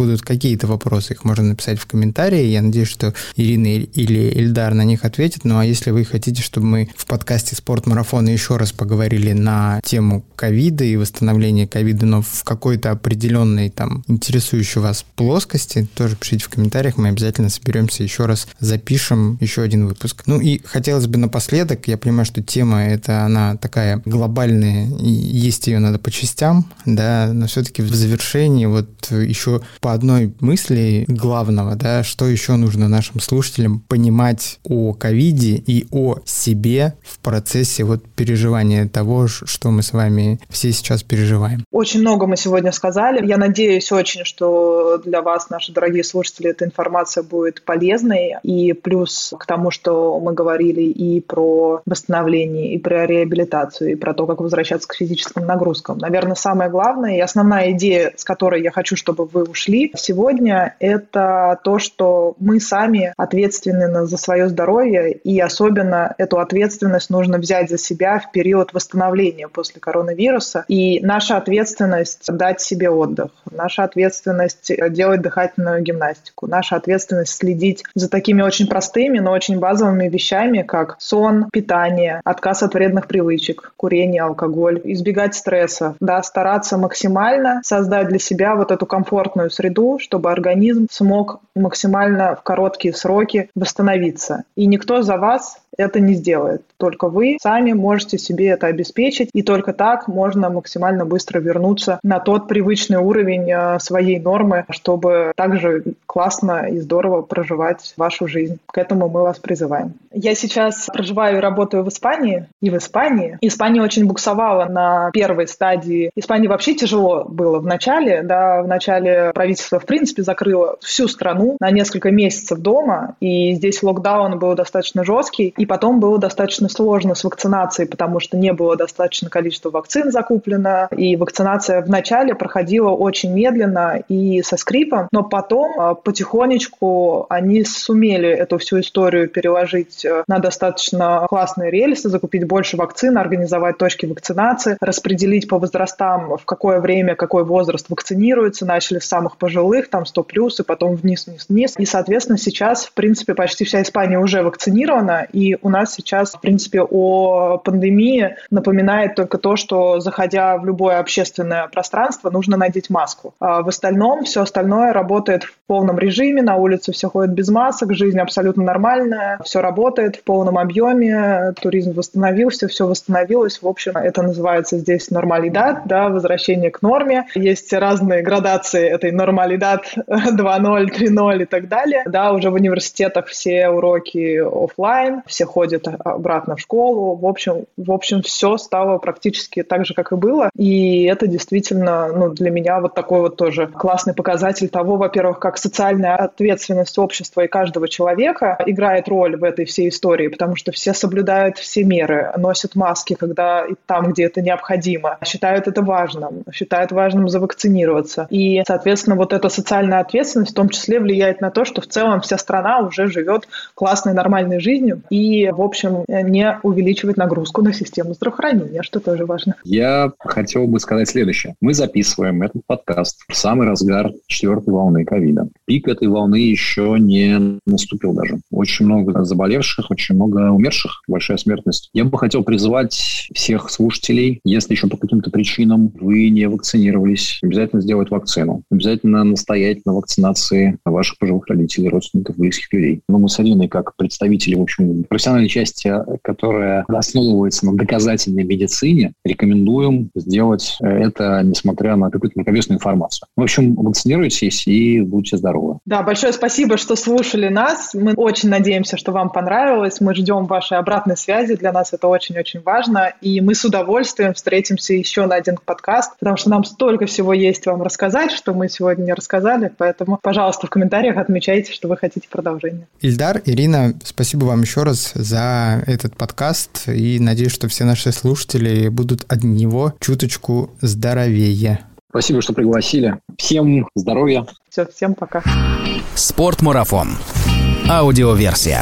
какие-то вопросы, их можно написать в комментарии. Я надеюсь, что Ирина или Ильдар на них ответят. Ну а если вы хотите, чтобы мы в подкасте «Спортмарафона» еще раз поговорили на тему ковида и восстановления ковида, но в какой-то определенной там интересующей вас плоскости, тоже пишите в комментариях, мы обязательно соберемся еще раз, запишем еще один выпуск. Ну и хотелось бы напоследок, я понимаю, что тема эта, она такая глобальная, и есть ее надо по частям, да, но все-таки в завершении вот еще по одной мысли главного, да, что еще нужно нашим слушателям понимать о ковиде и о себе в процессе вот переживания того, что мы с вами все сейчас переживаем. Очень много мы сегодня сказали. Я надеюсь очень, что для вас, наши дорогие слушатели, эта информация будет полезной. И плюс к тому, что мы говорили и про восстановление, и про реабилитацию, и про то, как возвращаться к физическим нагрузкам. Наверное, самое главное и основная идея, с которой я хочу, чтобы вы ушли сегодня, это то, что мы сами ответственны за свое здоровье, и особенно эту ответственность нужно взять за себя в период восстановления после коронавируса. И наша ответственность дать себе отдых, наша ответственность делать дыхательную гимнастику, наша ответственность следить за такими очень простыми, но очень базовыми вещами, как сон, питание, отказ от вредных привычек, курение, алкоголь, избегать стресса, да, стараться максимально создать для себя вот эту комфортную среду, чтобы организм смог максимально в короткие сроки восстановиться. И никто за вас это не сделает. Только вы сами можете себе это обеспечить, и только так можно максимально быстро вернуться на тот привычный уровень своей нормы, чтобы также классно и здорово проживать вашу жизнь. К этому мы вас призываем. Я сейчас проживаю и работаю в Испании, и в Испании. Испания очень буксовала на первой стадии. Испании вообще тяжело было в начале, да, в начале правительство в принципе закрыло всю страну на несколько месяцев дома, и здесь локдаун был достаточно жесткий, и потом было достаточно сложно с вакцинацией, потому что не было достаточно количества вакцин закуплено, и вакцинация в начале проходила очень медленно и со скрипом, но потом потихонечку они сумели эту всю историю переложить на достаточно классные рельсы, закупить больше вакцин, организовать точки вакцинации, распределить по возрастам, в какое время какой возраст вакцинируется, начали с самых пожилых, там сто плюс, и потом вниз, вниз, вниз. И, соответственно, сейчас, в принципе, почти вся Испания уже вакцинирована, и у нас сейчас, в принципе, о пандемии напоминает только то, что, заходя в любое общественное пространство, нужно надеть маску. А в остальном, все остальное работает в полном режиме, на улице все ходят без масок, жизнь абсолютно нормальная, все работает в полном объеме, туризм восстановился, все восстановилось. В общем, это называется здесь нормалидад, да, возвращение к норме. Есть разные градации этой нормалидад два ноль, три ноль и так далее. Да, уже в университетах все уроки офлайн, все ходят обратно в школу. В общем, в общем, все стало практически так же, как и было. И это действительно, ну, для меня вот такой вот тоже классный показатель того, во-первых, как социальная ответственность общества и каждого человека играет роль в этой всей истории, потому что все соблюдают все меры, носят маски, когда и там, где это необходимо, считают это важным, считают важным завакцинироваться. И, соответственно, вот эта социальная ответственность в том числе влияет на то, что в целом вся страна уже живет классной, нормальной жизнью и, в общем, не увеличивает нагрузку на систему здравоохранения, что тоже важно. Я хотел бы сказать следующее. Мы записываем этот подкаст в самый разгар четвертой волны ковида. Пик этой волны еще не наступил даже. Очень много заболевших, очень много умерших, большая смертность. Я бы хотел призвать всех слушателей, если еще по каким-то причинам вы не вакцинировались, обязательно сделать вакцину. Обязательно настоять на вакцинации ваших пожилых родителей, родственников, близких людей. Но мы с Алиной, как представители, в общем, профессиональной части, которая основывается на доказательной медицине, рекомендуем сделать это, несмотря на какую-то мелковесную информацию. В общем, вакцинируйтесь и будьте здоровы. Да, большое спасибо, что слушали нас. Мы очень надеемся, что вам понравилось. Мы ждем вашей обратной связи. Для нас это очень-очень важно. И мы с удовольствием встретимся еще на один подкаст, потому что нам столько всего есть вам рассказать, что мы сегодня не рассказали. Поэтому, пожалуйста, в комментариях отмечайте, что вы хотите продолжения. Ильдар, Ирина, спасибо вам еще раз за этот подкаст. И надеюсь, что все наши слушатели будут от него чуточку здоровее. Спасибо, что пригласили. Всем здоровья. Все, всем пока. Спортмарафон. Аудиоверсия.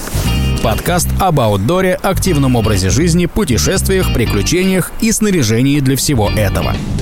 Подкаст об аутдоре, активном образе жизни, путешествиях, приключениях и снаряжении для всего этого.